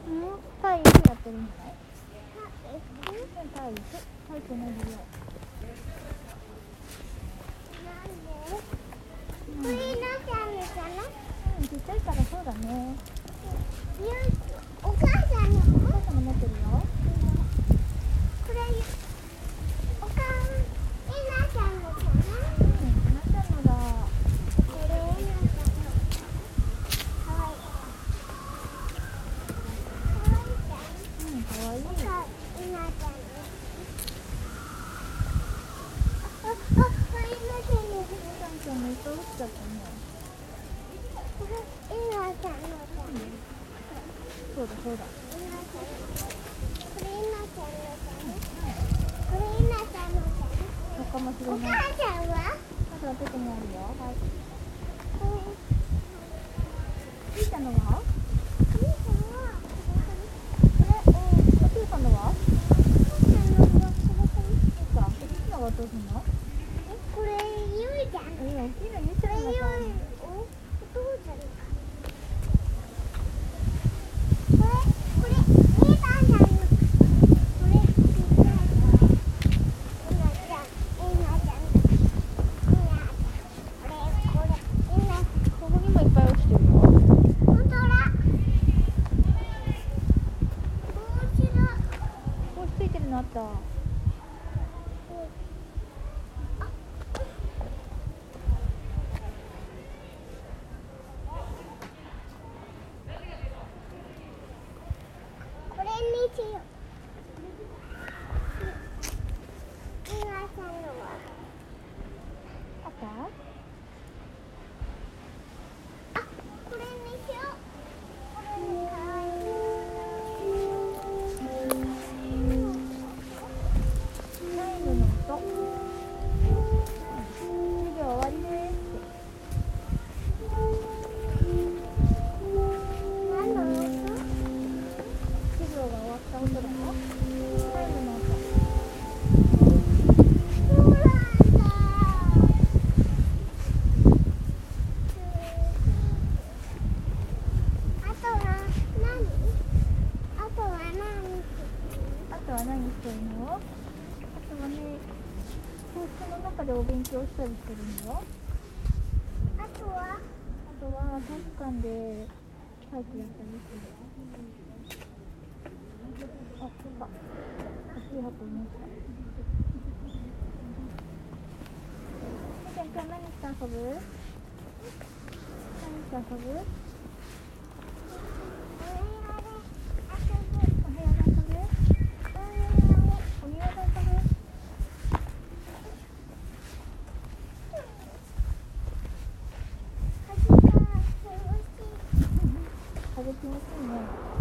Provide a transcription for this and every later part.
体育やってるんじゃない？体育の授業。 これなちゃんのかな？ ちっちゃいからそうだね。 お母さんの？ お母さんの持ってるよ。 これお母さんなちゃんのかな？ なちゃんのだ。 これなちゃんの。かわいい。 かわいい。 なちゃんの。これなちゃんの。 ちゃんの糸打っちゃったね。 これなちゃんの。 そうだそうだ。 これなちゃんの。これなちゃんの。 そうかもしれおない。 母ちゃんは？ まだ出てもあるよ。はい。ゆいちゃんのは？ お兄さんは？ お父さんのは？そうか。お父さんはどうすんの？ これゆいちゃん。 大きいのゆいちゃんの中。 お父ちゃんの。 ここにもいっぱい落ちてるよ。 本当だ。 帽子ついてるのあった。 これにしよう。 あった？ これにしよう。これかわいい。 チャイムの音。授業終わりですって。 何の音？ 授業が終わった音だよ。チャイムの音。 そうなんだ。あとは何？あとはあとは何してるの？あとはね、教室の中でお勉強したりしてるのよ。 あとはあとは体育館で体育やったりする。あ、そっか。足運びました。今日何して遊ぶ？何して遊ぶ？お部屋で遊ぶ？お庭で遊ぶ？風気持ちいいね。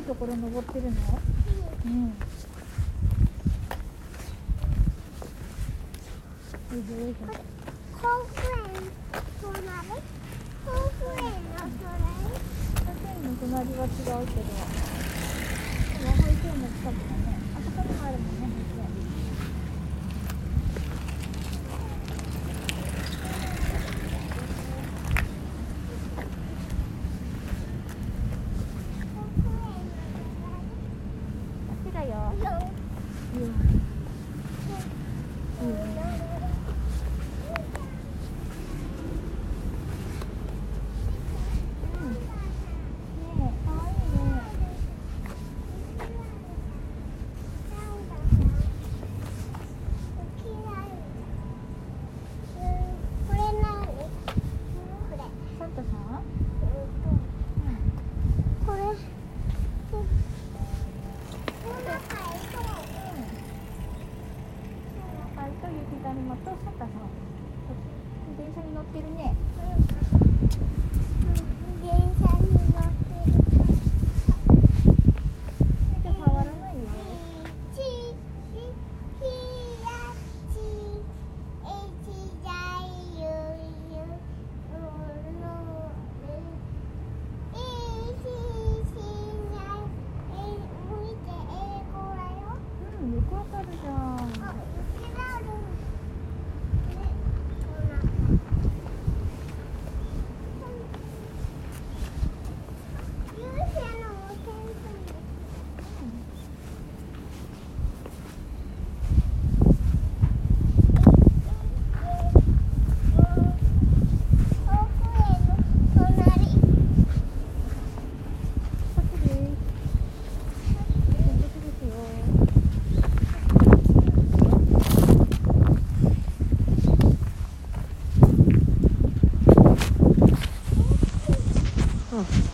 いところ登ってるの？うん。 甲府園隣？甲府園の隣？ 保育園の隣は違うけど、でも保育園の近くだね。あそこにもあるもんね、保育園。あっちだよ。うん。左もとサンタさん、電車に乗ってるね。 電車に乗ってる。 じゃあ触らないよ。うん、よくわかるじゃん。うん。